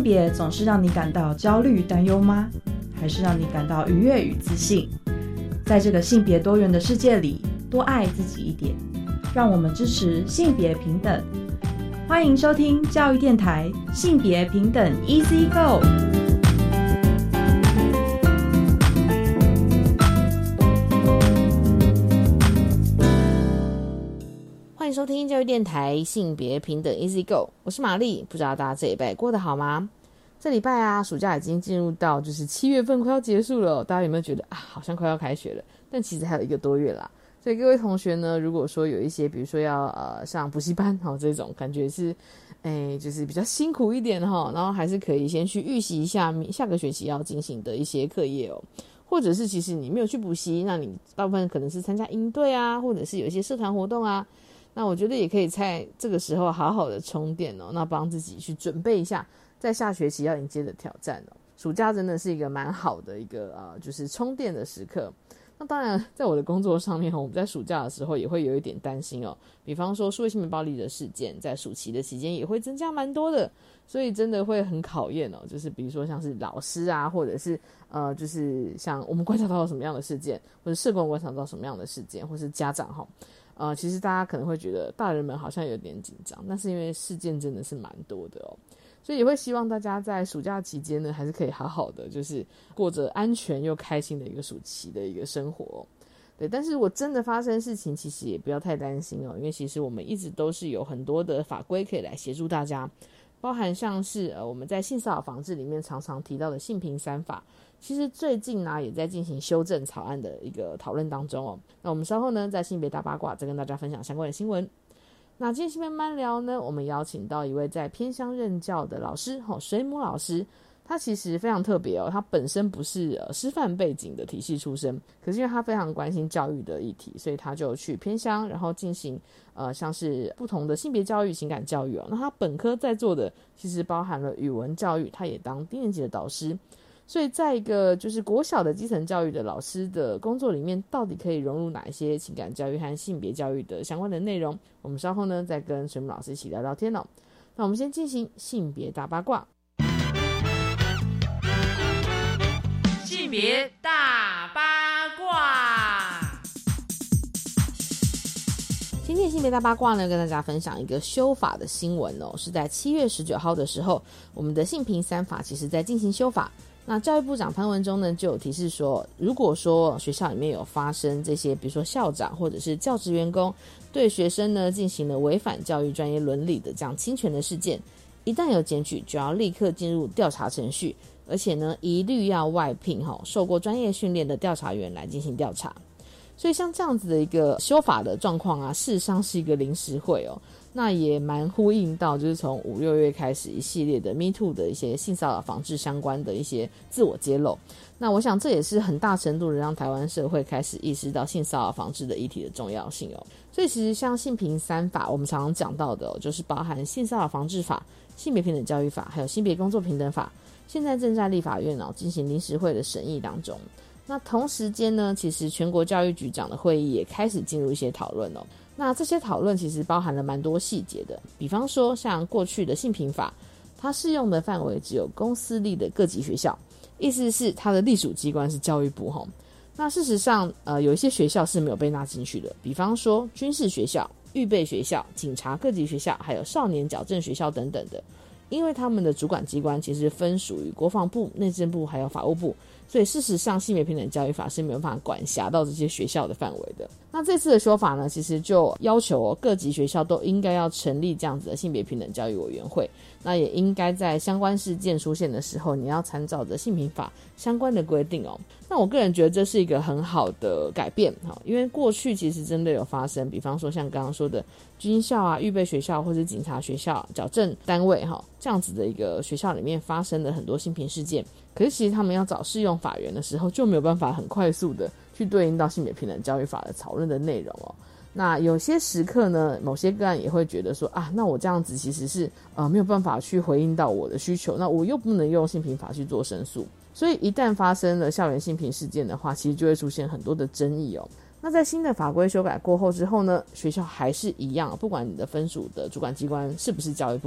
别总是让你感到焦虑担忧吗？还是让你感到愉悦与自信？在这个性别多元的世界里，多爱自己一点，让我们支持性别平等。欢迎收听教育电台性别平等 Easy Go。 欢迎收听教育电台性别平等 Easy Go， 我是玛丽。不知道大家这礼拜过得好吗？这礼拜啊，暑假已经进入到就是7月份快要结束了，大家有没有觉得好像快要开学了？但其实还有1个多月啦。所以各位同学呢，如果说有一些比如说要上补习班这种感觉是就是比较辛苦一点然后还是可以先去预习一下下个学期要进行的一些课业或者是其实你没有去补习，那你大部分可能是参加营队啊，或者是有一些社团活动啊，那我觉得也可以在这个时候好好的充电那帮自己去准备一下在下学期要迎接的挑战暑假真的是一个蛮好的一个就是充电的时刻。那当然在我的工作上面我们在暑假的时候也会有一点担心比方说数位性别暴力的事件在暑期的期间也会增加蛮多的，所以真的会很考验就是比如说像是老师啊，或者是就是像我们观察到什么样的事件，或者社工观察到什么样的事件，或是家长其实大家可能会觉得大人们好像有点紧张，但是因为事件真的是蛮多的所以也会希望大家在暑假期间呢，还是可以好好的就是过着安全又开心的一个暑期的一个生活对，但是如果真的发生事情，其实也不要太担心因为其实我们一直都是有很多的法规可以来协助大家，包含像是我们在性骚扰防治里面常常提到的性平3法，其实最近呢也在进行修正草案的一个讨论当中那我们稍后呢在性别大八卦再跟大家分享相关的新闻。那今天性别慢聊呢，我们邀请到一位在偏乡任教的老师水母老师，他其实非常特别他本身不是师范背景的体系出身，可是因为他非常关心教育的议题，所以他就去偏乡然后进行像是不同的性别教育、情感教育那他本科在做的其实包含了语文教育，他也当低年级的导师，所以在一个就是国小的基层教育的老师的工作里面，到底可以融入哪一些情感教育和性别教育的相关的内容，我们稍后呢再跟水母老师一起聊聊天那我们先进行性别大八卦。性别大八卦，今天性别大八卦呢，跟大家分享一个修法的新闻是在7月19号的时候，我们的性平3法其实在进行修法。那教育部长潘文忠呢就有提示说，如果说学校里面有发生这些比如说校长或者是教职员工对学生呢进行了违反教育专业伦理的这样侵权的事件，一旦有检举就要立刻进入调查程序，而且呢一律要外聘受过专业训练的调查员来进行调查。所以像这样子的一个修法的状况事实上是一个临时会那也蛮呼应到就是从5、6月开始一系列的 Me Too 的一些性骚扰防治相关的一些自我揭露，那我想这也是很大程度的让台湾社会开始意识到性骚扰防治的议题的重要性所以其实像性平3法我们常常讲到的就是包含性骚扰防治法、性别平等教育法还有性别工作平等法，现在正在立法院进行临时会的审议当中。那同时间呢，其实全国教育局长的会议也开始进入一些讨论那这些讨论其实包含了蛮多细节的，比方说像过去的性平法，它适用的范围只有公私立的各级学校，意思是它的隶属机关是教育部那事实上有一些学校是没有被纳进去的，比方说军事学校、预备学校、警察各级学校还有少年矫正学校等等的，因为他们的主管机关其实分属于国防部、内政部还有法务部，所以事实上性别平等教育法是没有办法管辖到这些学校的范围的。那这次的说法呢，其实就要求各级学校都应该要成立这样子的性别平等教育委员会，那也应该在相关事件出现的时候，你要参照着性平法相关的规定那我个人觉得这是一个很好的改变因为过去其实真的有发生，比方说像刚刚说的军校啊、预备学校或者警察学校、矫正单位这样子的一个学校里面发生了很多性平事件，可是其实他们要找适用法源的时候就没有办法很快速的去对应到性别平等教育法的讨论的内容那有些时刻呢，某些个案也会觉得说那我这样子其实是没有办法去回应到我的需求，那我又不能用性平法去做申诉，所以一旦发生了校园性平事件的话，其实就会出现很多的争议那在新的法规修改过后之后呢，学校还是一样，不管你的分属的主管机关是不是教育部，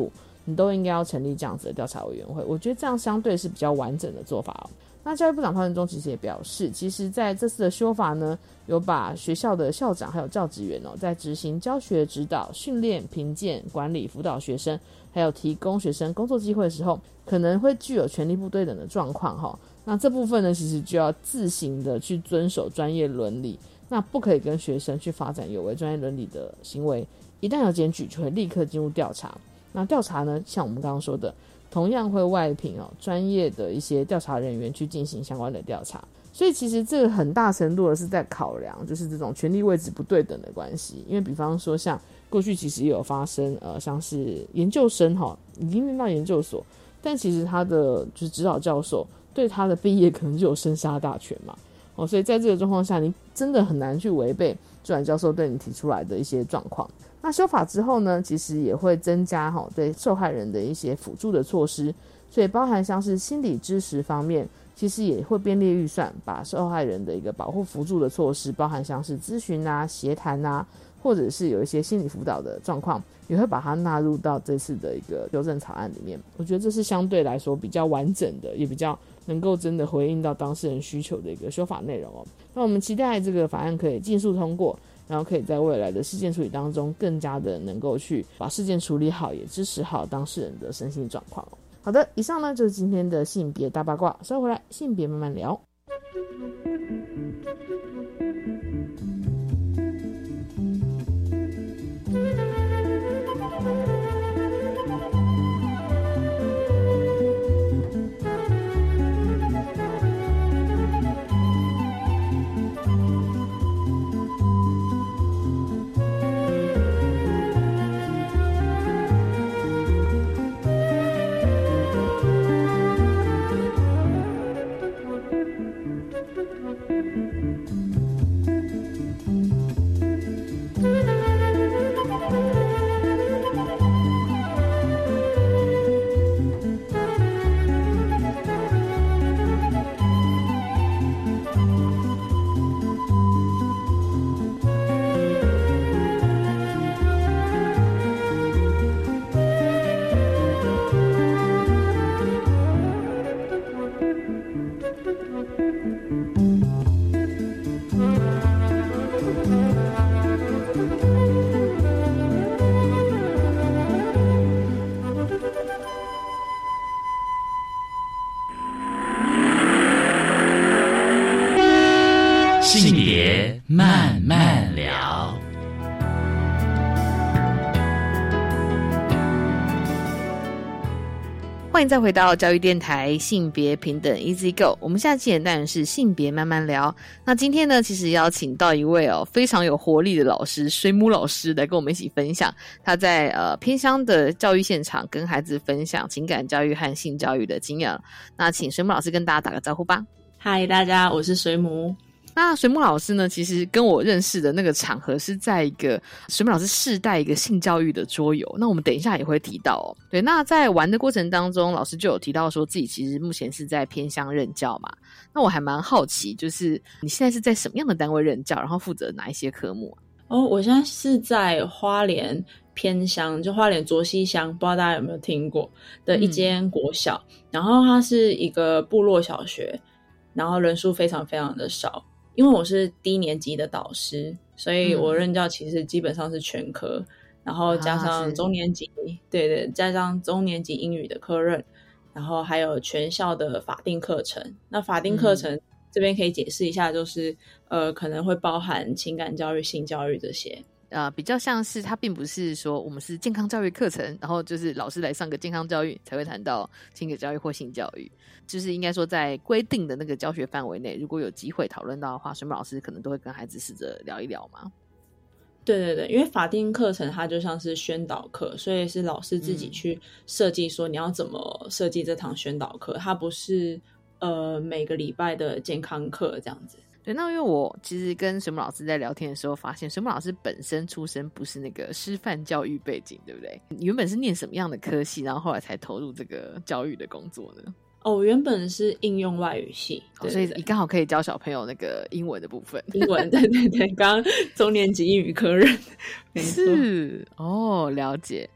你都应该要成立这样子的调查委员会。我觉得这样相对是比较完整的做法哦。那教育部长潘文忠其实也表示，其实在这次的修法呢，有把学校的校长还有教职员在执行教学指导、训练、评鉴、管理、辅导学生，还有提供学生工作机会的时候，可能会具有权力不对等的状况那这部分呢，其实就要自行的去遵守专业伦理，那不可以跟学生去发展有违专业伦理的行为。一旦有检举，就会立刻进入调查。那调查呢，像我们刚刚说的，同样会外聘专业的一些调查人员去进行相关的调查。所以其实这个很大程度的是在考量就是这种权力位置不对等的关系。因为比方说像过去其实也有发生像是研究生已经念到研究所，但其实他的就是指导教授对他的毕业可能就有生杀大权嘛所以在这个状况下，你真的很难去违背主管教授对你提出来的一些状况。那修法之后呢，其实也会增加对受害人的一些辅助的措施，所以包含像是心理支持方面，其实也会编列预算，把受害人的一个保护辅助的措施，包含像是咨询协谈或者是有一些心理辅导的状况，也会把它纳入到这次的一个修正草案里面。我觉得这是相对来说比较完整的，也比较能够真的回应到当事人需求的一个修法内容那我们期待这个法案可以尽速通过，然后可以在未来的事件处理当中更加的能够去把事件处理好，也支持好当事人的身心状况好的，以上呢就是今天的性别大八卦，稍后回来性别慢慢聊。 性别慢慢聊。 欢迎再回到教育电台性别平等 Easy Go， 我们下期的单元是性别慢慢聊。那今天呢，其实邀请到一位非常有活力的老师，水母老师来跟我们一起分享他在偏乡的教育现场跟孩子分享情感教育和性教育的经验。那请水母老师跟大家打个招呼吧。 嗨，大家，我是水母。 那水母老师呢，其实跟我认识的那个场合是在一个水母老师试带一个性教育的桌游，那我们等一下也会提到对，那在玩的过程当中，老师就有提到说自己其实目前是在偏乡任教嘛。那我还蛮好奇，就是你现在是在什么样的单位任教，然后负责哪一些科目我现在是在花莲偏乡，就花莲卓溪乡，不知道大家有没有听过的一间国小，然后它是一个部落小学，然后人数非常非常的少。因为我是低年级的导师，所以我任教其实基本上是全科，然后加上中年级，对，加上中年级英语的科任，然后还有全校的法定课程。那法定课程这边可以解释一下，就是可能会包含情感教育、性教育这些。 比较像是它并不是说我们是健康教育课程，然后就是老师来上个健康教育才会谈到情感教育或性教育，就是应该说在规定的那个教学范围内，如果有机会讨论到的话，水母老师可能都会跟孩子试着聊一聊嘛。 对，因为法定课程它就像是宣导课，所以是老师自己去设计说你要怎么设计这堂宣导课，它不是每个礼拜的健康课这样子。 对，那因为我其实跟水母老师在聊天的时候发现，水母老师本身出身不是那个师范教育背景，对不对？你原本是念什么样的科系，然后后来才投入这个教育的工作呢？ 我原本是应用外语系，对， 所以你刚好可以教小朋友那个英文的部分。 英文，对，刚刚中年级英语科任， 是了解。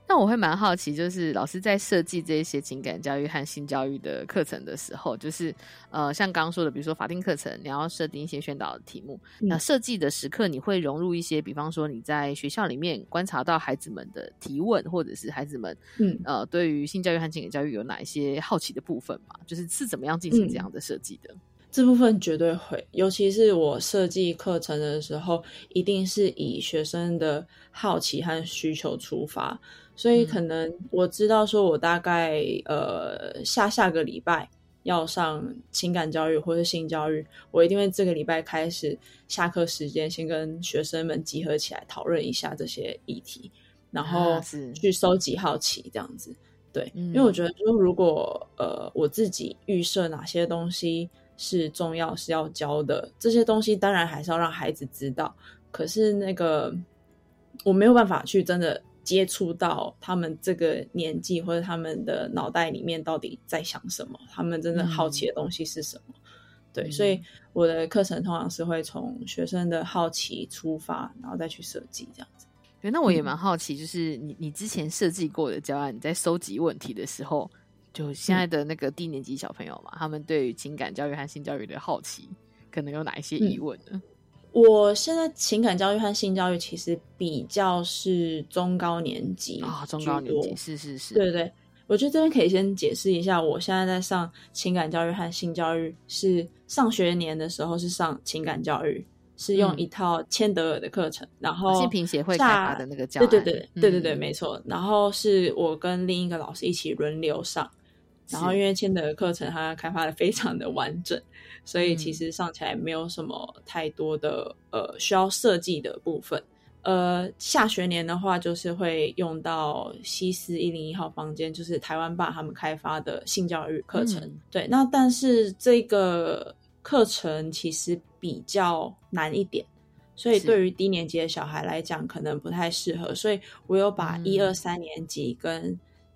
那我会蛮好奇，就是老师在设计这些情感教育和性教育的课程的时候，就是像刚刚说的，比如说法定课程，你要设定一些宣导的题目，那设计的时刻你会融入一些，比方说你在学校里面观察到孩子们的提问，或者是孩子们对于性教育和情感教育有哪一些好奇的部分嘛？就是怎么样进行这样的设计的？ 这部分绝对会，尤其是我设计课程的时候，一定是以学生的好奇和需求出发，所以可能我知道说我大概下个礼拜要上情感教育或是性教育，我一定会这个礼拜开始下课时间先跟学生们集合起来讨论一下这些议题，然后去收集好奇这样子。对，因为我觉得说如果我自己预设哪些东西是重要是要教的，这些东西当然还是要让孩子知道，可是那个我没有办法去真的接触到他们这个年纪或者他们的脑袋里面到底在想什么，他们真的好奇的东西是什么。对，所以我的课程通常是会从学生的好奇出发，然后再去设计这样子。 对，那我也蛮好奇，就是你之前设计过的教案，你在收集问题的时候，就现在的那个低年级小朋友嘛，他们对于情感教育和性教育的好奇可能有哪一些疑问呢？ 我现在情感教育和性教育其实比较是中高年级中高年级是， 对对，我觉得这边可以先解释一下，我现在在上情感教育和性教育，是上学年的时候是上情感教育，是用一套千德尔的课程，然后性平协会开发的那个教案， 对，没错。然后是我跟另一个老师一起轮流上，然后因为千德尔课程它开发的非常的完整，所以其实上起来没有什么太多的需要设计的部分。下学年的话就是会用到西斯101号房间，就是台湾爸他们开发的性教育课程。对，那但是这个课程其实比较难一点，所以对于低年级的小孩来讲可能不太适合，所以我有把1、2、3年级跟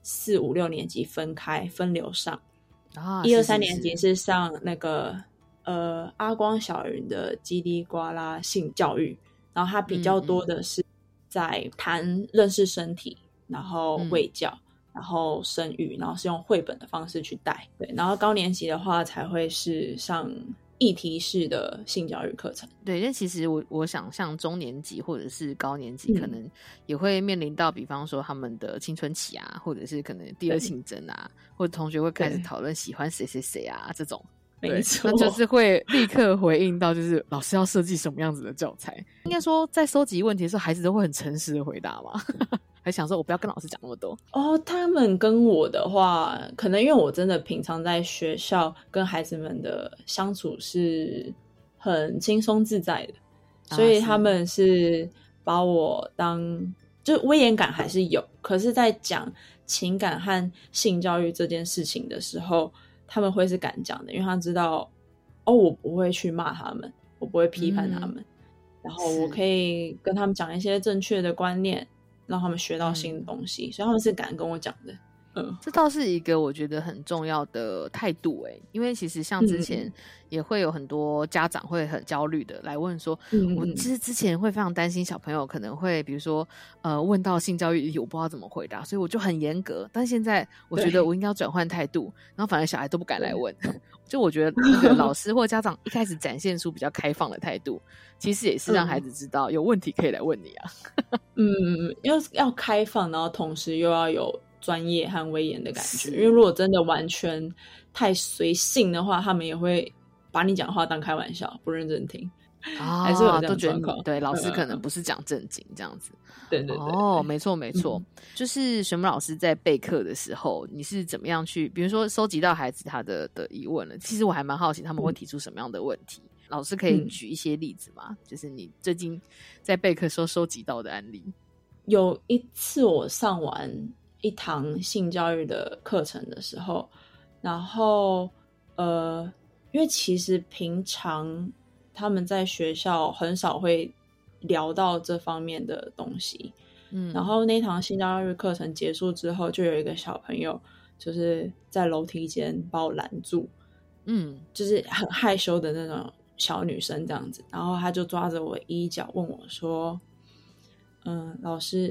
4、5、6年级分开分流上。1、2、3年级是上那个阿光小云的叽里呱啦性教育，然后它比较多的是在谈认识身体，然后卫教，然后生育，然后是用绘本的方式去带。对，然后高年级的话才会是上议题式的性教育课程。 对，因为其实我想像中年级或者是高年级可能也会面临到比方说他们的青春期啊，或者是可能第二性征啊，或者同学会开始讨论喜欢谁谁谁啊这种。 没错， 那就是会立刻回应到就是老师要设计什么样子的教材。应该说在收集问题的时候孩子都会很诚实的回答嘛还想说我不要跟老师讲那么多。 他们跟我的话可能因为我真的平常在学校跟孩子们的相处是很轻松自在的，所以他们是把我当就威严感还是有，可是在讲情感和性教育这件事情的时候他们会是敢讲的，因为他知道我不会去骂他们，我不会批判他们，然后我可以跟他们讲一些正确的观念，让他们学到新的东西，所以他们是敢跟我讲的。 这倒是一个我觉得很重要的态度因为其实像之前也会有很多家长会很焦虑的来问说我其实之前会非常担心小朋友可能会比如说问到性教育我不知道怎么回答，所以我就很严格，但现在我觉得我应该要转换态度，然后反而小孩都不敢来问就我觉得那个老师或家长一开始展现出比较开放的态度其实也是让孩子知道有问题可以来问你啊要开放，然后同时又要有专业和威严的感觉，因为如果真的完全太随性的话他们也会把你讲话当开玩笑不认真听还是有这样的状况， 对老师可能不是讲正经这样子对没错就是玄牧老师在备课的时候你是怎么样去比如说收集到孩子他的疑问了，其实我还蛮好奇他们会提出什么样的问题老师可以举一些例子吗就是你最近在备课时候收集到的案例。 有一次我上完一堂性教育的课程的时候，然后因为其实平常他们在学校很少会聊到这方面的东西然后那堂性教育课程结束之后就有一个小朋友就是在楼梯间把我拦住就是很害羞的那种小女生这样子，然后他就抓着我衣角问我说老师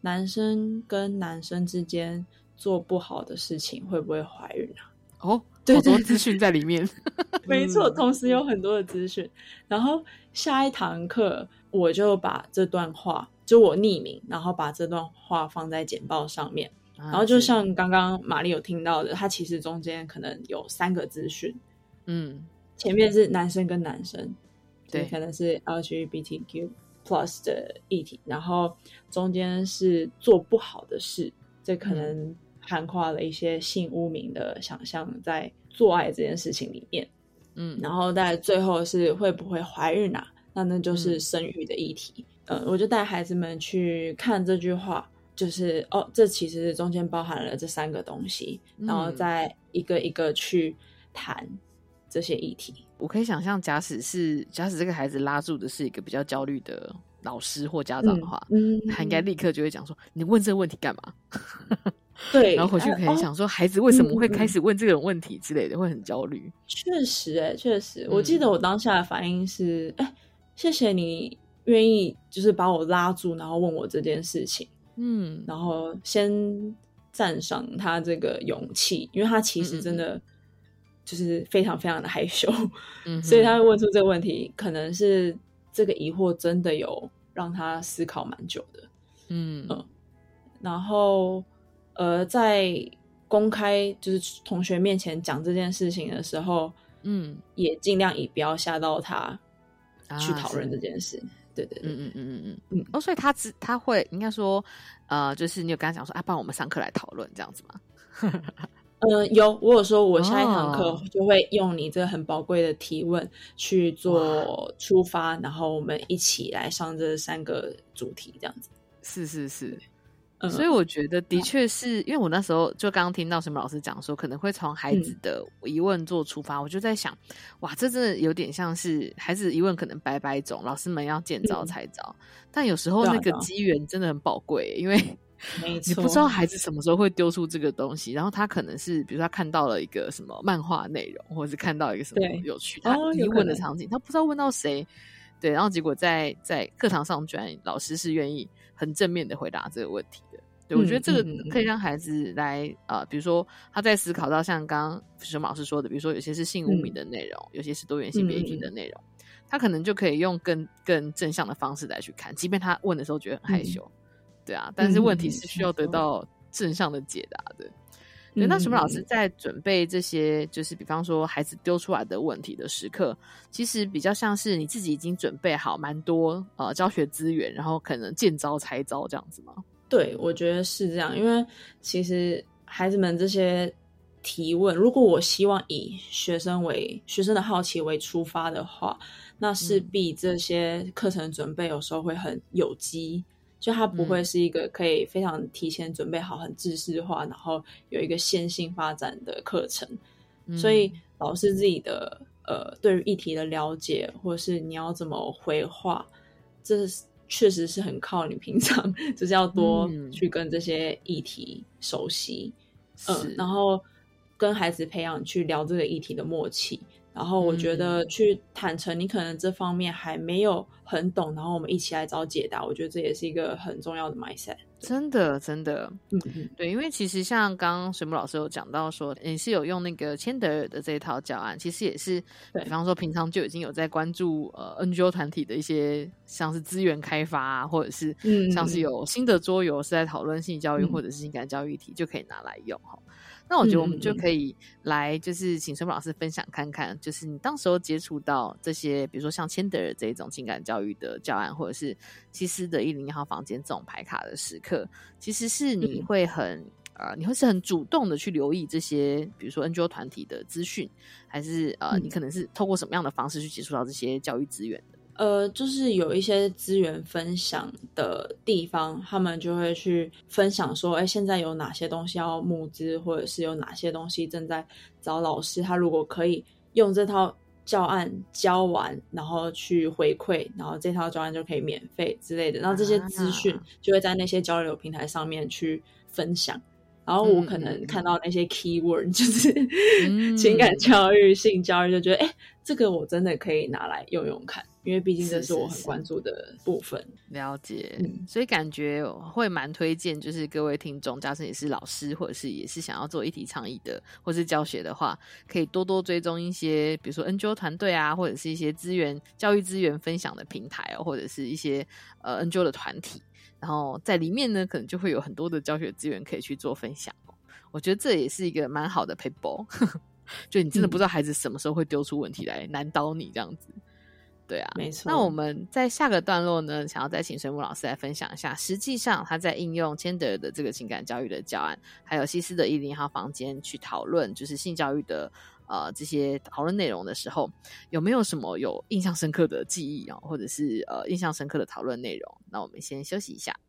男生跟男生之间做不好的事情会不会怀孕啊？ 哦， 对好多资讯在里面。 没错，同时有很多的资讯。然后下一堂课我就把这段话，就我匿名，然后把这段话放在简报上面。然后就像刚刚玛丽有听到的，它其实中间可能有3个资讯，前面是男生跟男生，对，可能是 LGBTQ+ 的议题，然后中间是做不好的事，这可能涵括了一些性污名的想象在做爱这件事情里面，然后在最后是会不会怀孕啊？那就是生育的议题。我就带孩子们去看这句话。就是这其实中间包含了这3个东西，然后再一个一个去谈这些议题。 我可以想象，假使这个孩子拉住的是一个比较焦虑的老师或家长的话，他应该立刻就会讲说：“你问这个问题干嘛？” 对， 然后回去可以想说，孩子为什么会开始问这种问题之类的，会很焦虑。 确实，确实，我记得我当下的反应是：谢谢你愿意就是把我拉住，然后问我这件事情。然后先赞赏他这个勇气，因为他其实真的就是非常非常的害羞，所以他会问出这个问题，可能是这个疑惑真的有让他思考蛮久的。然后在公开就是同学面前讲这件事情的时候，也尽量以不要吓到他去讨论这件事。对对对， 所以他会应该说，就是你有跟他讲说，不然我们上课来讨论这样子吗？ 我有说，我下一堂课就会用你这个很宝贵的提问去做出发，然后我们一起来上这3个主题，这样子。 是。所以我觉得的确是因为我那时候就刚刚听到什么老师讲说可能会从孩子的疑问做出发，我就在想，哇，这真的有点像是孩子的疑问可能百种，老师们要见招拆招，但有时候那个机缘真的很宝贵，因为你不知道孩子什么时候会丢出这个东西，然后他可能是比如说他看到了一个什么漫画内容，或者是看到一个什么有趣他疑问的场景，他不知道问到谁，对，然后结果在课堂上居然老师是愿意很正面的回答这个问题的。对，我觉得这个可以让孩子来比如说他在思考到像刚刚什么老师说的，比如说有些是性污名的内容，有些是多元性别议题的内容，他可能就可以用更正向的方式来去看，即便他问的时候觉得很害羞，对啊，但是问题是需要得到正向的解答的。对，那什么老师在准备这些就是比方说孩子丢出来的问题的时刻，其实比较像是你自己已经准备好蛮多教学资源，然后可能见招拆招这样子吗？ 对，我觉得是这样，因为其实孩子们这些提问，如果我希望以学生的好奇为出发的话，那势必这些课程准备有时候会很有机，就它不会是一个可以非常提前准备好很制式化，然后有一个线性发展的课程。所以老师自己的对于议题的了解，或是你要怎么回话，这确实是很靠你平常就是要多去跟这些议题熟悉，然后跟孩子培养去聊这个议题的默契。然后我觉得去坦诚你可能这方面还没有很懂，然后我们一起来找解答，我觉得这也是一个很重要的 mindset。真的对，因为其实像刚刚水木老师有讲到说你是有用那个千德尔的这一套教案，其实也是比方说平常就已经有在关注NGO 团体的一些像是资源开发啊，或者是像是有新的桌游是在讨论性教育或者是性感教育议题，就可以拿来用。那我觉得我们就可以来就是请水木老师分享看看，就是你当时候接触到这些比如说像千德尔这种情感教育的教案，或者是西斯的101号房间这种牌卡的时刻，其实是你会你会是很主动的去留意这些比如说 NGO 团体的资讯，还是你可能是透过什么样的方式去接触到这些教育资源的？ 就是有一些资源分享的地方，他们就会去分享说现在有哪些东西要募资，或者是有哪些东西正在找老师，他如果可以用这套教案教完然后去回馈，然后这套教案就可以免费之类的，然后这些资讯就会在那些交流平台上面去分享。 然后我可能看到那些 keyword 就是情感教育、性教育，就觉得这个我真的可以拿来用用看，因为毕竟这是我很关注的部分。 了解，所以感觉会蛮推荐，就是各位听众，假设也是老师，或者是也是想要做议题倡议的，或是教学的话，可以多多追踪一些，比如说 NGO 团队啊，或者是一些教育资源分享的平台或者是一些NGO 的团体，然后在里面呢，可能就会有很多的教学资源可以去做分享我觉得这也是一个蛮好的 paper 就你真的不知道孩子什么时候会丢出问题来难倒你这样子。对啊， 没错。 那我们在下个段落呢，想要再请水母老师来分享一下，实际上他在应用千德尔的这个情感教育的教案，还有西斯的101号房间去讨论就是性教育的这些讨论内容的时候，有没有什么有印象深刻的记忆或者是印象深刻的讨论内容？那我们先休息一下。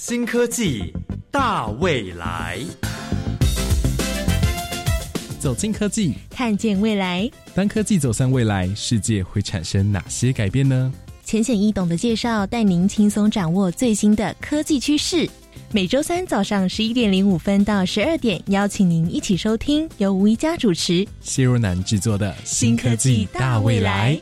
新科技大未来， 走进科技， 看见未来。 当科技走向未来，世界会产生哪些改变呢？ 浅显易懂的介绍，带您轻松掌握最新的科技趋势。每周三早上11:05到12点，邀请您一起收听由吴一佳主持、 谢若男制作的新科技大未来。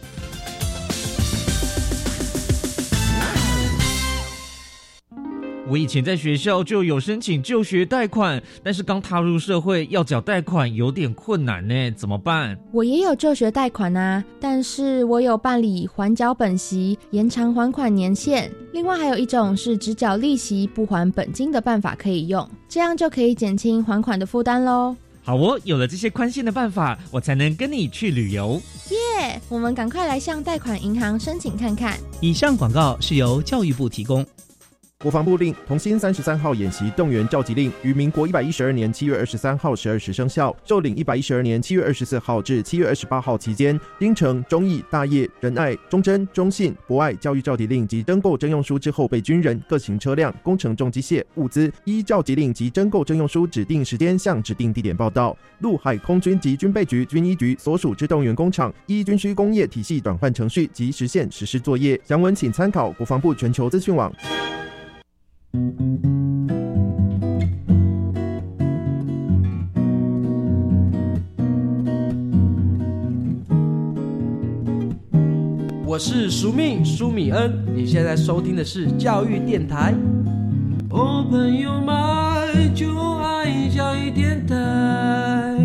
我以前在学校就有申请就学贷款，但是刚踏入社会要缴贷款有点困难呢，怎么办？ 我也有就学贷款啊，但是我有办理缓缴本息、延长还款年限，另外还有一种是只缴利息不还本金的办法可以用，这样就可以减轻还款的负担咯。 好哦，有了这些宽限的办法，我才能跟你去旅游。 耶！我们赶快来向贷款银行申请看看。 以上广告是由教育部提供。 国防部令同心33号演习动员召集令于民国112年7月23号12时生效，受领112年7月24号至7月28号期间，应承忠义、大业、仁爱、忠贞、忠信、博爱教育召集令及征购征用书之后备军人，各型车辆、工程重机械、物资，依召集令及征购征用书指定时间向指定地点报到。陆海空军及军备局、军医局所属之动员工厂，依军需工业体系转换程序及实现实施作业。详文请参考国防部全球资讯网。 我是苏命苏米恩，你现在收听的是教育电台。Open your mind， 就爱教育电台。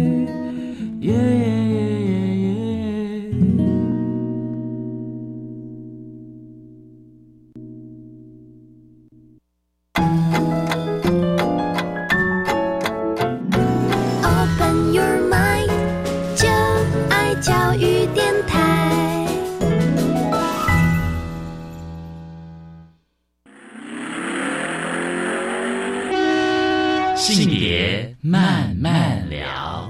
性别慢慢聊。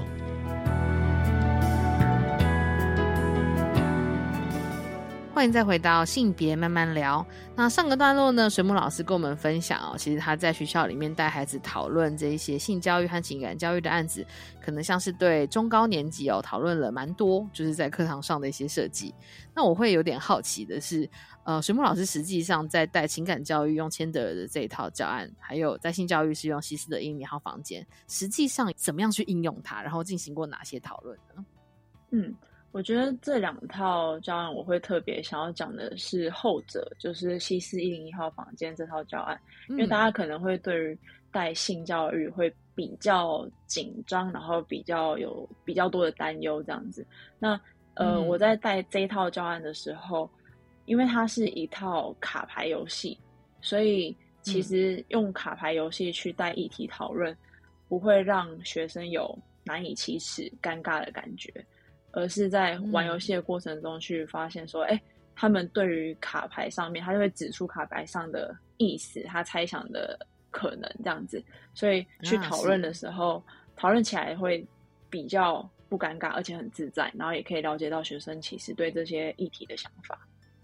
欢迎再回到性别慢慢聊。那上个段落呢，水母老师跟我们分享其实他在学校里面带孩子讨论这一些性教育和情感教育的案子，可能像是对中高年级讨论了蛮多，就是在课堂上的一些设计。那我会有点好奇的是，水母老师实际上在带情感教育用千德尔的这一套教案，还有在性教育是用西斯的102号房间，实际上怎么样去应用它，然后进行过哪些讨论呢？ 我觉得这两套教案我会特别想要讲的是后者，就是西斯101号房间这套教案，因为大家可能会对于带性教育会比较紧张，然后比较多的担忧这样子。那我在带这一套教案的时候，因为它是一套卡牌游戏，所以其实用卡牌游戏去带议题讨论，不会让学生有难以启齿、尴尬的感觉。而是在玩游戏的过程中去发现说，他们对于卡牌上面，他就会指出卡牌上的意思，他猜想的可能这样子，所以去讨论的时候，讨论起来会比较不尴尬，而且很自在，然后也可以了解到学生其实对这些议题的想法。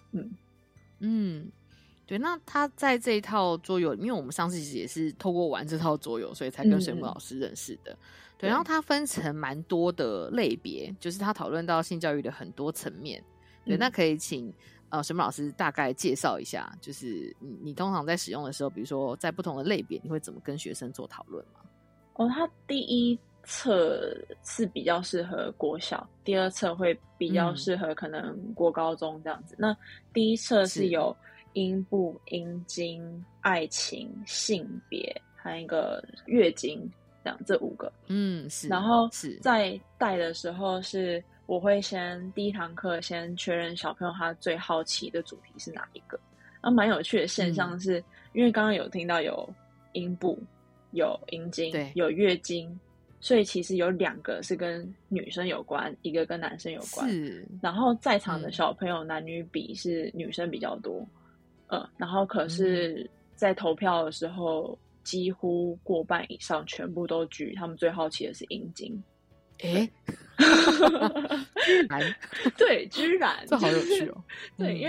对，那他在这一套桌游，因为我们上次其实也是透过玩这套桌游，所以才跟水母老师认识的。对，然后它分成蛮多的类别，就是他讨论到性教育的很多层面。对，那可以请水母老师大概介绍一下，就是你通常在使用的时候，比如说在不同的类别，你会怎么跟学生做讨论吗？ 他第一册是比较适合国小，第二册会比较适合可能国高中这样子。那第一册是有阴部、阴茎、爱情、性别，还有一个月经。这5个，然后在带的时候是我会先第一堂课先确认小朋友他最好奇的主题是哪一个。然后蛮有趣的现象是，因为刚刚有听到有阴部、有阴茎、有月经，所以其实有2个是跟女生有关，一个跟男生有关。然后在场的小朋友男女比是女生比较多，然后可是在投票的时候。几乎过半以上全部都举他们最好奇的是阴茎。 居然对，居然这好有趣哦。 对，因为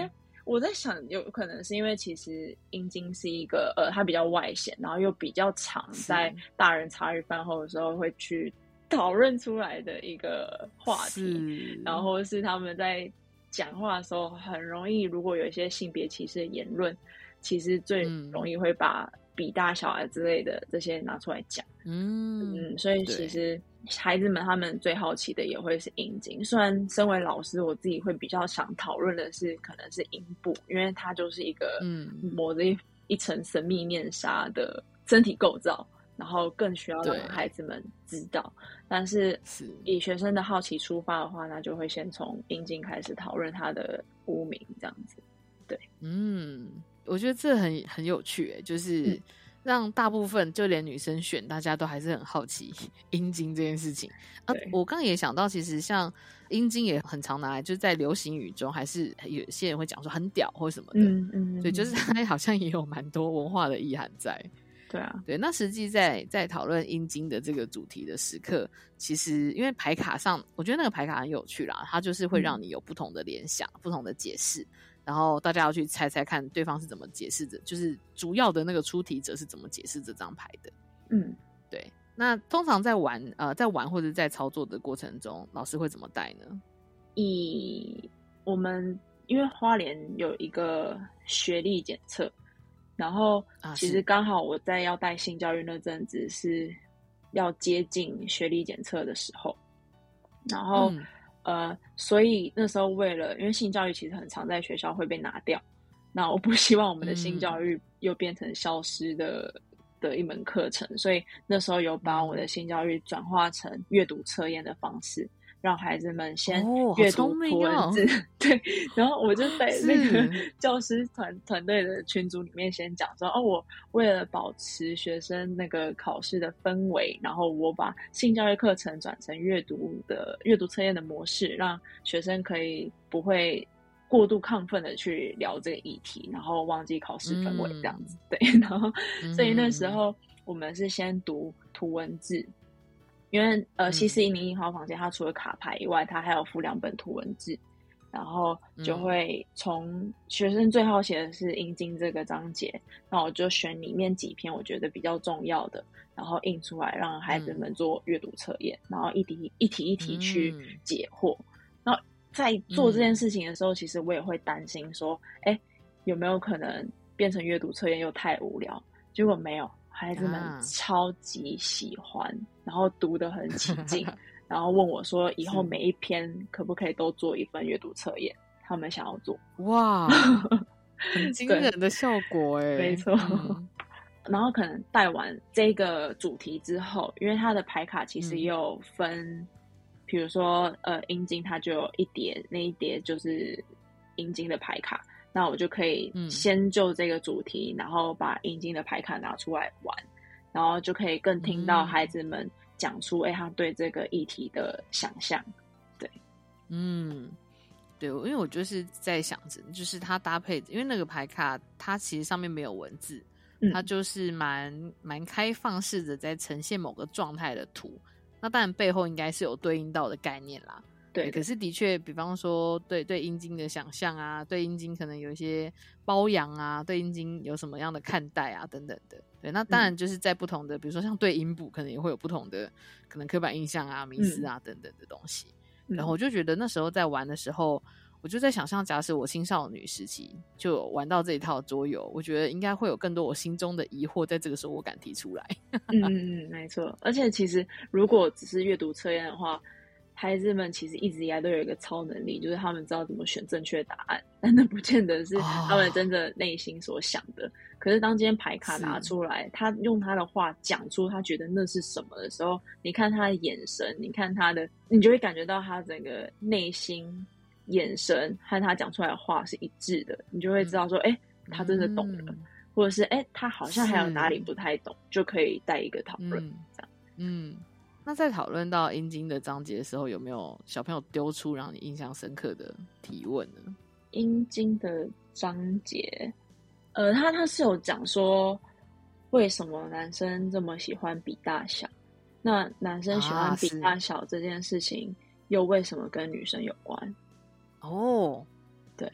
我在想，有可能是因为其实阴茎是一个它比较外显，然后又比较常在大人茶余饭后的时候会去讨论出来的一个话题，然后是他们在讲话的时候很容易，如果有一些性别歧视的言论，其实最容易会把比大小啊之类的这些拿出来讲。所以其实孩子们他们最好奇的也会是阴茎。虽然身为老师，我自己会比较想讨论的是可能是阴部，因为它就是一个抹着一层神秘面纱的身体构造，然后更需要让孩子们知道。但是以学生的好奇出发的话，那就会先从阴茎开始讨论它的污名这样子。对， 我觉得这很有趣耶，就是让大部分就连女生选，大家都还是很好奇阴茎这件事情啊。我刚刚也想到，其实像阴茎也很常拿来，就是在流行语中，还是有些人会讲说很屌或什么的，所以就是它好像也有蛮多文化的意涵在。 对啊， 对。那实际在讨论阴茎的这个主题的时刻，其实因为牌卡上，我觉得那个牌卡很有趣啦，它就是会让你有不同的联想、不同的解释。然后大家要去猜猜看对方是怎么解释的，就是主要的那个出题者是怎么解释这张牌的。对。那通常在玩或者在操作的过程中，老师会怎么带呢？ 我们因为花莲有一个学历检测，然后其实刚好我在要带性教育那阵子是要接近学历检测的时候，然后所以那时候因为性教育其实很常在学校会被拿掉，那我不希望我们的性教育又变成消失的一门课程，所以那时候有把我的性教育转化成阅读测验的方式，让孩子们先阅读图文字。对，然后我就在那个教师团队的群组里面先讲说，我为了保持学生那个考试的氛围，然后我把性教育课程转成阅读测验的模式，让学生可以不会过度亢奋的去聊这个议题，然后忘记考试氛围这样子。对，然后所以那时候我们是先读图文字，因为西式101号房间它除了卡牌以外，它还有附2本图文字，然后就会从学生最好奇的是阴茎这个章节，那我就选里面几篇我觉得比较重要的，然后印出来让孩子们做阅读测验，然后一题去解惑。然后在做这件事情的时候，其实我也会担心说，有没有可能变成阅读测验又太无聊？结果没有，孩子们超级喜欢，然后读得很起劲，然后问我说以后每一篇可不可以都做1份阅读测验，他们想要做。 哇，很惊人的效果耶。 没错。然后可能带完这个主题之后，因为它的牌卡其实也有分，比如说阴茎它就有一叠，那一叠就是阴茎的牌卡，那我就可以先就这个主题，然后把阴茎的牌卡拿出来玩，然后就可以更听到孩子们讲出他对这个议题的想象。对， 对，因为我就是在想着，就是它搭配，因为那个牌卡它其实上面没有文字，它就是蛮开放式的在呈现某个状态的图，那当然背后应该是有对应到的概念啦。对，可是的确比方说对阴茎的想象啊，对阴茎可能有一些包养啊，对阴茎有什么样的看待啊等等的。对，那当然就是在不同的比如说像对阴部可能也会有不同的可能刻板印象啊、迷思啊等等的东西。然后我就觉得那时候在玩的时候，我就在想象假使我青少女时期就玩到这一套桌游，我觉得应该会有更多我心中的疑惑在这个时候我敢提出来。 没错。而且其实如果只是阅读测验的话，孩子们其实一直以来都有一个超能力，就是他们知道怎么选正确答案，但那不见得是他们真的内心所想的。可是当今天牌卡拿出来，他用他的话讲出他觉得那是什么的时候，你看他的眼神，你看他的，你就会感觉到他整个内心眼神和他讲出来的话是一致的，你就会知道说他真的懂了，或者是他好像还有哪里不太懂，就可以带一个讨论这样。 那在讨论到阴茎的章节的时候，有没有小朋友丢出让你印象深刻的提问呢？ 阴茎的章节他是有讲说为什么男生这么喜欢比大小，那男生喜欢比大小这件事情又为什么跟女生有关？ 哦， 对，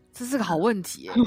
这是个好问题耶。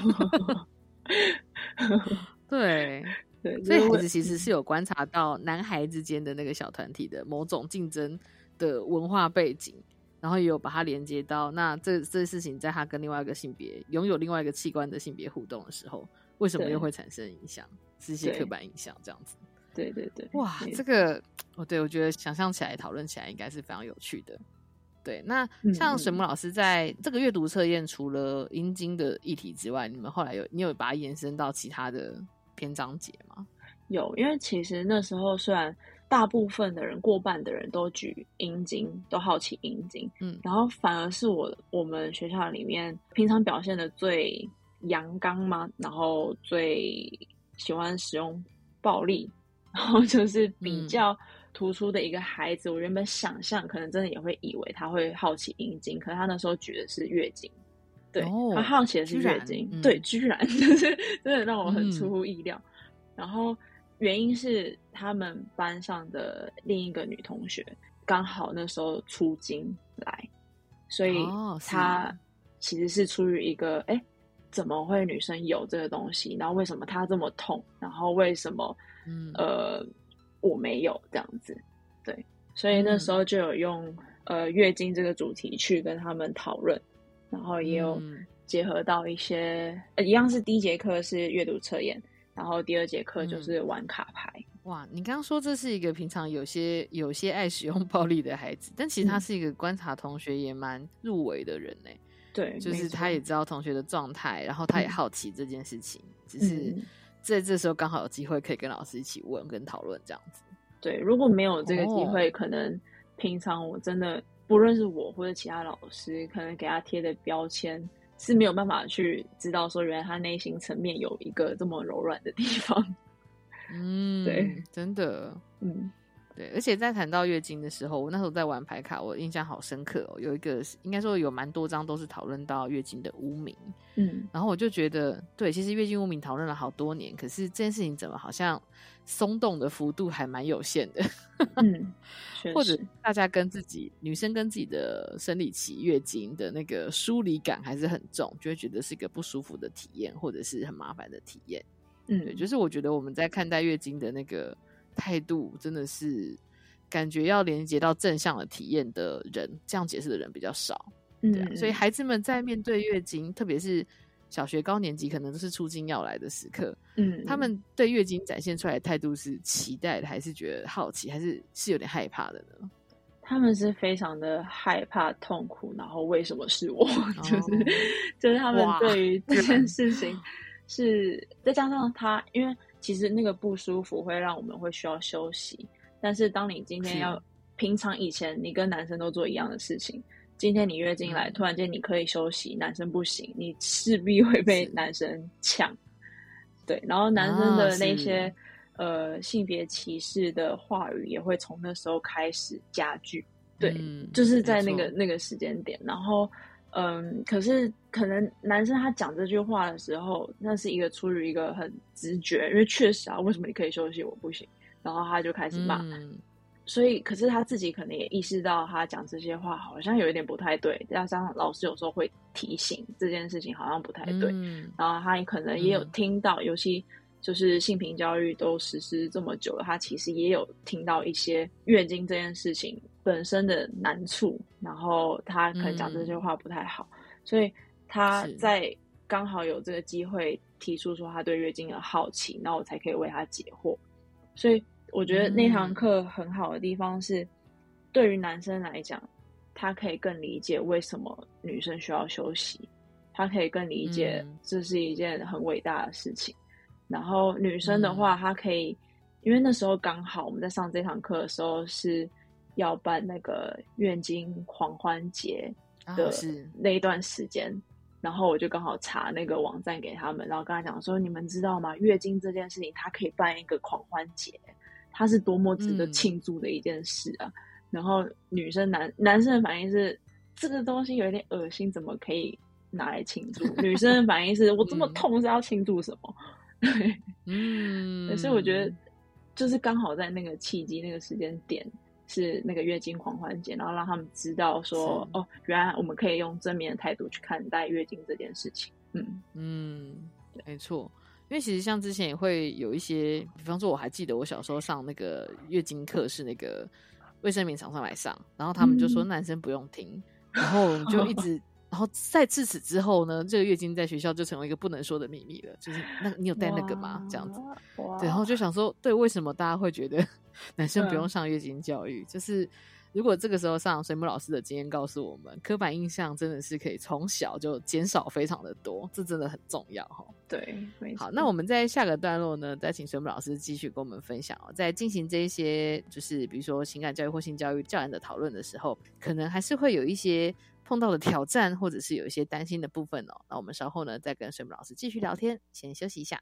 对，所以孩子其实是有观察到男孩之间的那个小团体的某种竞争的文化背景，然后也有把它连接到那这事情在他跟另外一个性别拥有另外一个器官的性别互动的时候，为什么又会产生影响，是一些刻板印象这样子。 对对对， 哇，这个对，我觉得想象起来讨论起来应该是非常有趣的。对，那像水木老师在这个阅读测验，除了阴茎的议题之外，你们后来你有把它延伸到其他的篇章节吗？ 有，因为其实那时候虽然大部分的人，过半的人都举阴茎，都好奇阴茎，然后反而是我们学校里面平常表现的最阳刚嘛，然后最喜欢使用暴力，然后就是比较突出的一个孩子，我原本想象可能真的也会以为他会好奇阴茎，可是他那时候举的是月经，对，他好奇的是月经，对，居然就是真的让我很出乎意料。然后原因是他们班上的另一个女同学刚好那时候出经来，所以她其实是出于一个怎么会女生有这个东西，然后为什么她这么痛，然后为什么我没有这样子，对，所以那时候就有用月经这个主题去跟他们讨论，然后也有结合到一些一样是第一节课是阅读测验，然后第二节课就是玩卡牌。 哇，你刚刚说这是一个平常有些爱使用暴力的孩子，但其实他是一个观察同学也蛮入微的人呢。 对， 就是他也知道同学的状态，然后他也好奇这件事情，只是在这时候刚好有机会可以跟老师一起问跟讨论这样子。 对，如果没有这个机会，可能平常我真的不论是我或者其他老师，可能给他贴的标签是没有办法去知道说原来他内心层面有一个这么柔软的地方。对， 真的，对，而且在谈到月经的时候，我那时候在玩牌卡，我印象好深刻哦。有一个应该说有蛮多章都是讨论到月经的污名，然后我就觉得，对，其实月经污名讨论了好多年，可是这件事情怎么好像松动的幅度还蛮有限的，或者大家跟自己女生跟自己的生理期月经的那个疏离感还是很重，就会觉得是一个不舒服的体验，或者是很麻烦的体验。对，就是我觉得我们在看待月经的那个态度真的是感觉要连接到正向的体验的人，这样解释的人比较少。对啊，所以孩子们在面对月经，特别是小学高年级可能都是出经要来的时刻，他们对月经展现出来的态度是期待的，还是觉得好奇，还是有点害怕的呢？ 他们是非常的害怕痛苦，然后为什么是我，就是他们对于这件事情是再加上他，因为其实那个不舒服会让我们会需要休息，但是当你今天要平常以前你跟男生都做一样的事情，今天你月经来，突然间你可以休息，男生不行，你势必会被男生抢。对，然后男生的那些性别歧视的话语也会从那时候开始加剧。对，就是在那个时间点，然后可是可能男生他讲这句话的时候，那是一个出于一个很直觉，因为确实啊，为什么你可以休息我不行，然后他就开始骂，所以可是他自己可能也意识到他讲这些话好像有一点不太对，加上老师有时候会提醒这件事情好像不太对，然后他可能也有听到，尤其就是性平教育都实施这么久了，他其实也有听到一些月经这件事情本身的难处，然后他可能讲这些话不太好，所以他在刚好有这个机会提出说他对月经的好奇，然后我才可以为他解惑。所以我觉得那堂课很好的地方是，对于男生来讲，他可以更理解为什么女生需要休息，他可以更理解这是一件很伟大的事情。然后女生的话，她可以，因为那时候刚好我们在上这堂课的时候是要办那个月经狂欢节的那一段时间，然后我就刚好查那个网站给他们，然后跟他讲说，你们知道吗？月经这件事情，它可以办一个狂欢节，它是多么值得庆祝的一件事啊！然后女生男生的反应是，这个东西有点恶心，怎么可以拿来庆祝？女生的反应是，我这么痛是要庆祝什么？对，所以我觉得就是刚好在那个契机、那个时间点， 是那个月经狂欢节，然后让他们知道说，哦，原来我们可以用正面的态度去看待月经这件事情。 没错。因为其实像之前也会有一些，比方说我还记得我小时候上那个月经课是那个卫生棉厂商来上，然后他们就说男生不用听，然后我们就一直然后在自此之后呢，这个月经在学校就成为一个不能说的秘密了，就是那你有带那个吗？这样子。对，然后就想说，对，为什么大家会觉得男生不用上月经教育？就是如果这个时候上水母老师的经验告诉我们，刻板印象真的是可以从小就减少非常的多，这真的很重要齁。 对，没错。 好，那我们在下个段落呢，再请水母老师继续跟我们分享在进行这一些就是比如说情感教育或性教育教案的讨论的时候，可能还是会有一些碰到的挑战，或者是有一些担心的部分那我们稍后呢再跟水母老师继续聊天，先休息一下。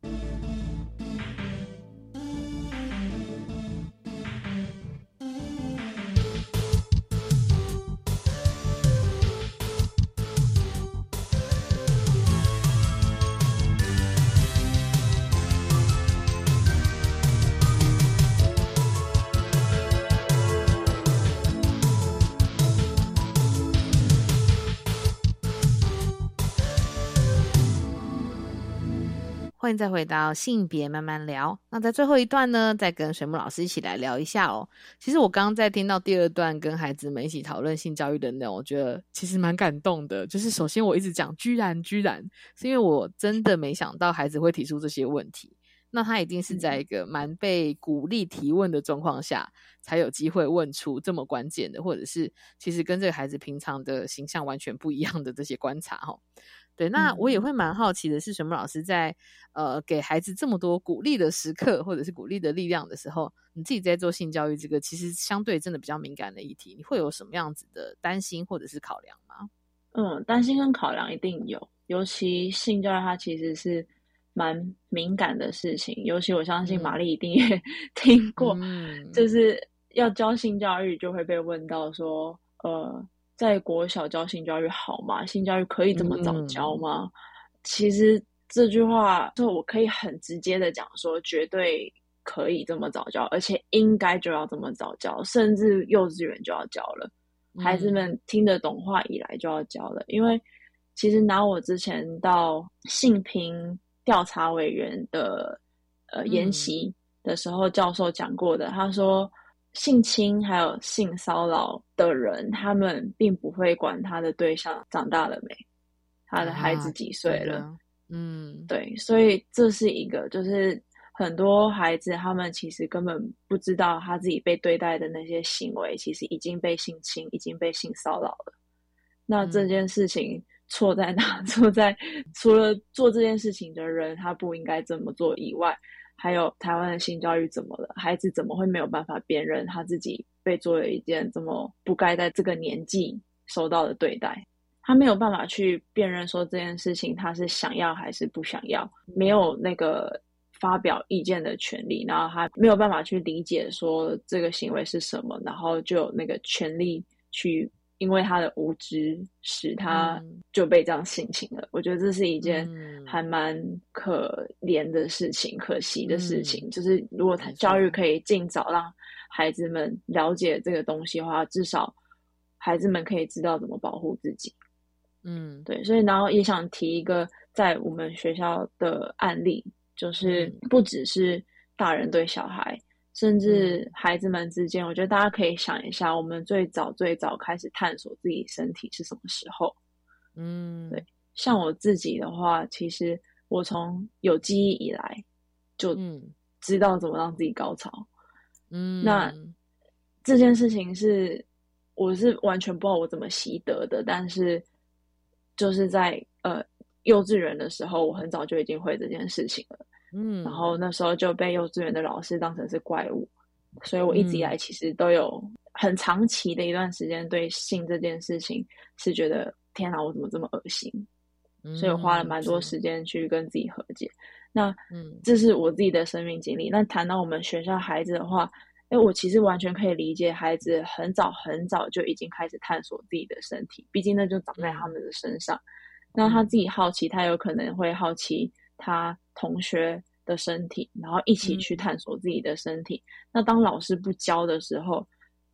欢迎再回到性别慢慢聊。那在最后一段呢，再跟水母老师一起来聊一下其实我刚刚在听到第二段跟孩子们一起讨论性教育的内容，我觉得其实蛮感动的。就是首先我一直讲居然，是因为我真的没想到孩子会提出这些问题。那他一定是在一个蛮被鼓励提问的状况下，才有机会问出这么关键的，或者是其实跟这个孩子平常的形象完全不一样的这些观察对，那我也会蛮好奇的是，水母老师在给孩子这么多鼓励的时刻，或者是鼓励的力量的时候，你自己在做性教育这个其实相对真的比较敏感的议题，你会有什么样子的担心或者是考量吗？ 担心跟考量一定有，尤其性教育它其实是蛮敏感的事情，尤其我相信玛丽一定也听过，就是要教性教育就会被问到说在国小教性教育好吗？性教育可以这么早教吗？其实这句话就我可以很直接的讲说，绝对可以这么早教，而且应该就要这么早教，甚至幼稚园就要教了。孩子们听得懂话以来就要教了，因为其实拿我之前到性平调查委员的研习的时候，教授讲过的，他说性侵还有性骚扰的人，他们并不会管他的对象长大了没，他的孩子几岁了。对，所以这是一个就是很多孩子他们其实根本不知道他自己被对待的那些行为其实已经被性侵，已经被性骚扰了。那这件事情错在哪？错在除了做这件事情的人他不应该这么做以外，还有台湾的性教育怎么了？孩子怎么会没有办法辨认他自己被做了一件这么不该在这个年纪受到的对待？他没有办法去辨认说这件事情他是想要还是不想要，没有那个发表意见的权利，然后他没有办法去理解说这个行为是什么，然后就有那个权利去因为他的无知使他就被这样性侵了。我觉得这是一件还蛮可怜的事情，可惜的事情。就是如果他教育可以尽早让孩子们了解这个东西的话，至少孩子们可以知道怎么保护自己。对，所以然后也想提一个在我们学校的案例，就是不只是大人对小孩，甚至孩子们之间，我觉得大家可以想一下，我们最早开始探索自己身体是什么时候？对，像我自己的话，其实我从有记忆以来就知道怎么让自己高潮。那这件事情我是完全不知道我怎么习得的，但是就是在幼稚园的时候，我很早就已经会这件事情了。然后那时候就被幼稚园的老师当成是怪物，所以我一直以来其实都有很长期的一段时间对性这件事情是觉得天哪，我怎么这么恶心？所以我花了蛮多时间去跟自己和解。那这是我自己的生命经历。那谈到我们学校孩子的话，我其实完全可以理解孩子很早就已经开始探索自己的身体，毕竟那就长在他们的身上。那他自己好奇，他有可能会好奇他同学的身体，然后一起去探索自己的身体。那当老师不教的时候，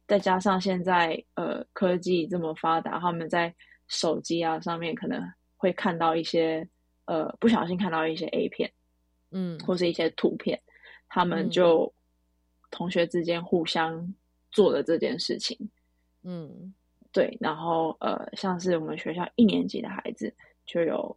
再加上现在科技这么发达，他们在手机啊上面可能会看到一些不小心看到一些 A 片，或是一些图片，他们就同学之间互相做了这件事情。对，然后像是我们学校1年级的孩子就有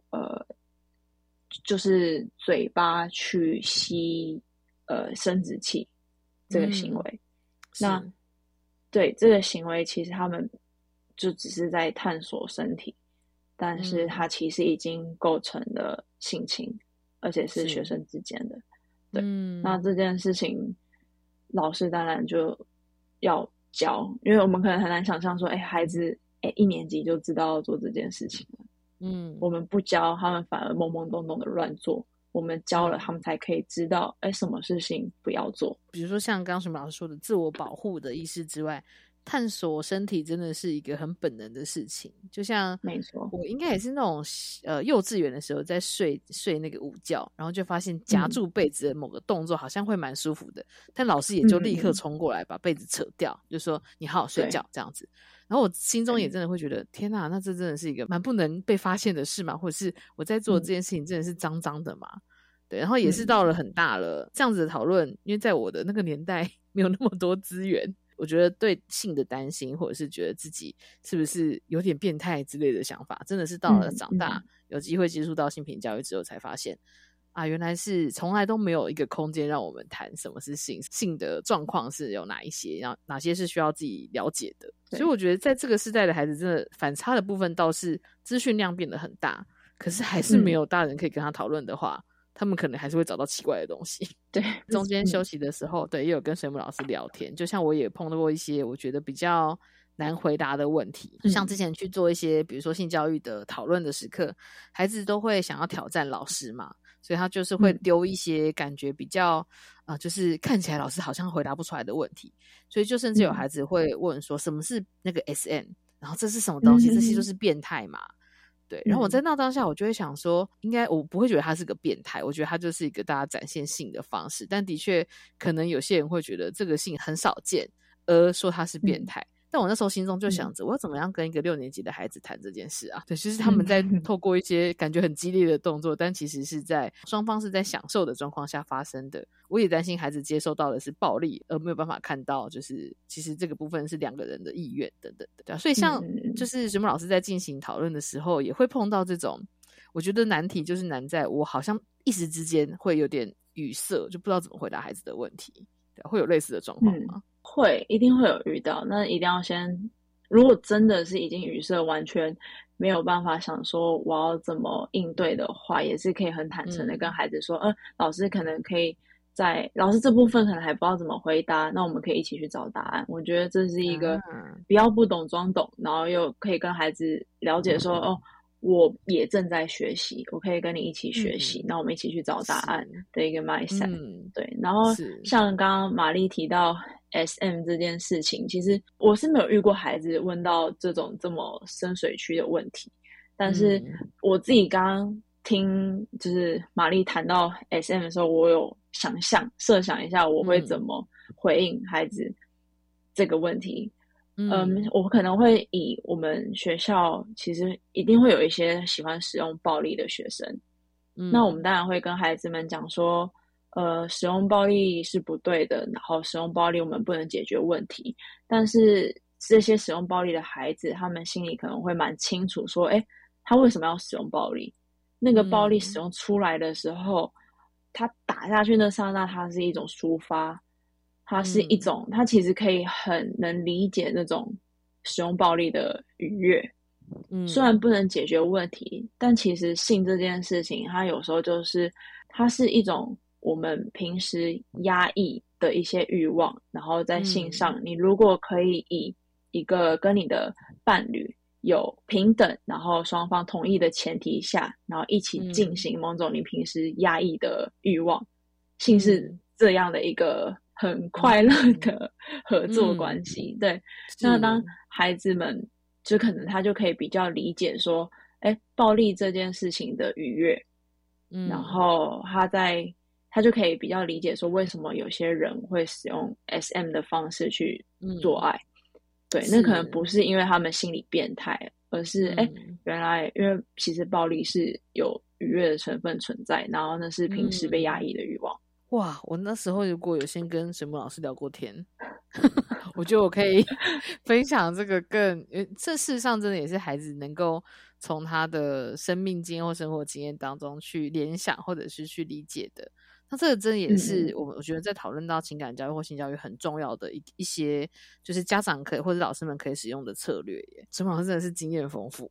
就是嘴巴去吸生殖器这个行为。那对这个行为其实他们就只是在探索身体，但是它其实已经构成了性侵，而且是学生之间的。对，那这件事情老师当然就要教，因为我们可能很难想象说孩子1年级就知道要做这件事情了。我们不教他们反而懵懵懂懂的乱做，我们教了他们才可以知道什么事情不要做。 比如说像刚刚什么老师说的自我保护的意识之外，探索身体真的是一个很本能的事情。就像没错， 我应该也是那种幼稚园的时候在睡那个午觉，然后就发现夹住被子的某个动作好像会蛮舒服的，但老师也就立刻冲过来把被子扯掉，就说你好好睡觉这样子。然后我心中也真的会觉得天哪，那这真的是一个蛮不能被发现的事嘛，或者是我在做的这件事情真的是脏脏的嘛。对，然后也是到了很大了这样子的讨论，因为在我的那个年代没有那么多资源，我觉得对性的担心或者是觉得自己是不是有点变态之类的想法，真的是到了长大有机会接触到性平教育之后才发现啊，原来是从来都没有一个空间让我们谈什么是性的状况是有哪一些，然后哪些是需要自己了解的。所以我觉得在这个世代的孩子真的反差的部分倒是资讯量变得很大，可是还是没有大人可以跟他讨论的话，他们可能还是会找到奇怪的东西。 对， 中间休息的时候，对，也有跟水母老师聊天，就像我也碰到过一些我觉得比较难回答的问题，就像之前去做一些比如说性教育的讨论的时刻，孩子都会想要挑战老师嘛，所以他就是会丢一些感觉比较就是看起来老师好像回答不出来的问题，所以就甚至有孩子会问说什么是那个 SM， 然后这是什么东西，这些就是变态嘛。对，然后我在那当下我就会想说，应该我不会觉得他是个变态，我觉得他就是一个大家展现性的方式，但的确可能有些人会觉得这个性很少见而说他是变态。但我那时候心中就想着，我要怎么样跟一个6年级的孩子谈这件事啊？对，就是他们在透过一些感觉很激烈的动作，但其实是在双方是在享受的状况下发生的。我也担心孩子接受到的是暴力，而没有办法看到就是其实这个部分是2个人的意愿等等的。对啊，所以像就是水母老师在进行讨论的时候，也会碰到这种，我觉得难题就是难在我好像一时之间会有点语塞，就不知道怎么回答孩子的问题。对啊，会有类似的状况吗？ 会，一定会有遇到。那一定要先，如果真的是已经语塞，完全没有办法想说我要怎么应对的话，也是可以很坦诚的跟孩子说，老师可能可以老师这部分可能还不知道怎么回答，那我们可以一起去找答案。我觉得这是一个不要不懂装懂，然后又可以跟孩子了解说，我也正在学习，我可以跟你一起学习，那我们一起去找答案的一个 mindset。对，然后像刚刚玛丽提到 SM 这件事情，其实我是没有遇过孩子问到这么深水区的问题，但是我自己刚刚听就是玛丽谈到 SM 的时候，我有设想一下我会怎么回应孩子这个问题。我可能会以我们学校其实一定会有一些喜欢使用暴力的学生，那我们当然会跟孩子们讲说，使用暴力是不对的，然后使用暴力我们不能解决问题。但是这些使用暴力的孩子，他们心里可能会蛮清楚说，他为什么要使用暴力？那个暴力使用出来的时候，他打下去那刹那，它是一种抒发。它是一种，它其实可以很能理解那种使用暴力的愉悦。虽然不能解决问题，但其实性这件事情，它有时候它是一种我们平时压抑的一些欲望，然后在性上，你如果可以以一个跟你的伴侣有平等，然后双方同意的前提下，然后一起进行某种你平时压抑的欲望，性是这样的一个很快乐的合作关系。对，那当孩子们就可能他就可以比较理解说，暴力这件事情的愉悦，然后他就可以比较理解说为什么有些人会使用 SM 的方式去做爱。 对，那可能不是因为他们心理变态，而是原来因为其实暴力是有愉悦的成分存在，然后那是平时被压抑的欲望。 哇，我那时候如果有先跟水木老师聊过天我觉得我可以分享这个这事实上真的也是孩子能够从他的生命经验或生活经验当中去联想或者是去理解的。那这个真的也是我觉得在讨论到情感教育或性教育很重要的一些就是家长可以或者老师们可以使用的策略耶。水木老师真的是经验丰富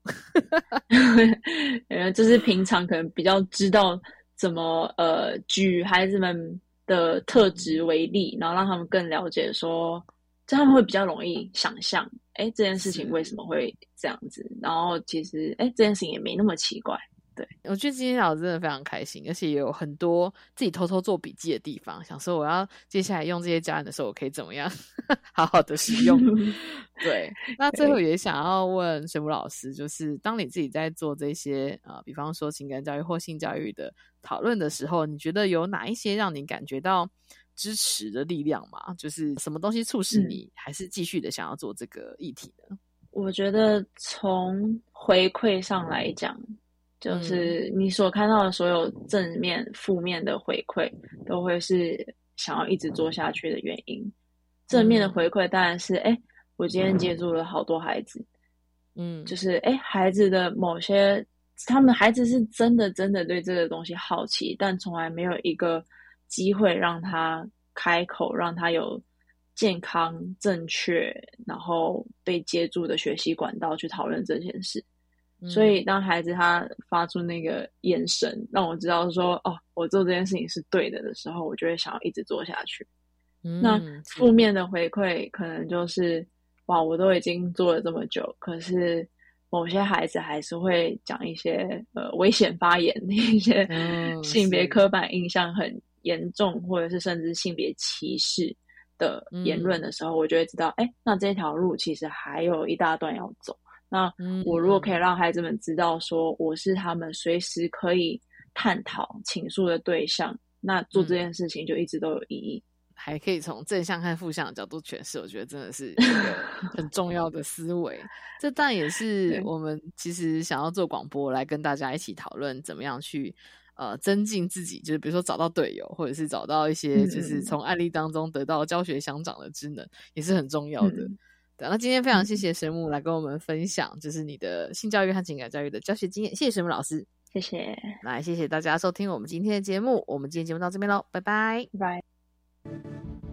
就是平常可能比较知道怎么举孩子们的特质为例，然后让他们更了解说，就他们会比较容易想象这件事情为什么会这样子，然后其实这件事情也没那么奇怪。对， 我觉得今天聊得真的非常开心，而且也有很多自己偷偷做笔记的地方，想说我要接下来用这些教案的时候我可以怎么样好好的使用对，那最后也想要问水木老师，就是当你自己在做这些比方说情感教育或性教育的讨论的时候，你觉得有哪一些让你感觉到支持的力量吗？就是什么东西促使你还是继续的想要做这个议题呢？ 我觉得从回馈上来讲，就是你所看到的所有正面负面的回馈都会是想要一直做下去的原因。正面的回馈当然是我今天接触了好多孩子，就是孩子的某些他们孩子是真的对这个东西好奇，但从来没有一个机会让他开口，让他有健康正确然后被接住的学习管道去讨论这件事。所以当孩子他发出那个眼神让我知道说我做这件事情是对的时候，我就会想要一直做下去。那负面的回馈可能就是哇，我都已经做了这么久，可是某些孩子还是会讲一些危险发言，一些性别刻板印象很严重或者是甚至性别歧视的言论的时候，我就会知道那这条路其实还有一大段要走。那我如果可以让孩子们知道说我是他们随时可以探讨倾诉的对象，那做这件事情就一直都有意义。 还可以从正向和负向的角度诠释，我觉得真的是一个很重要的思维这当然也是我们其实想要做广播来跟大家一起讨论怎么样去增进自己，就是比如说找到队友，或者是找到一些就是从案例当中得到教学相长的职能，也是很重要的。对，那今天非常谢谢水木来跟我们分享就是你的性教育和情感教育的教学经验，谢谢水木老师。 谢谢。 来，谢谢大家收听我们今天的节目，我们今天节目到这边咯，拜拜。 拜拜。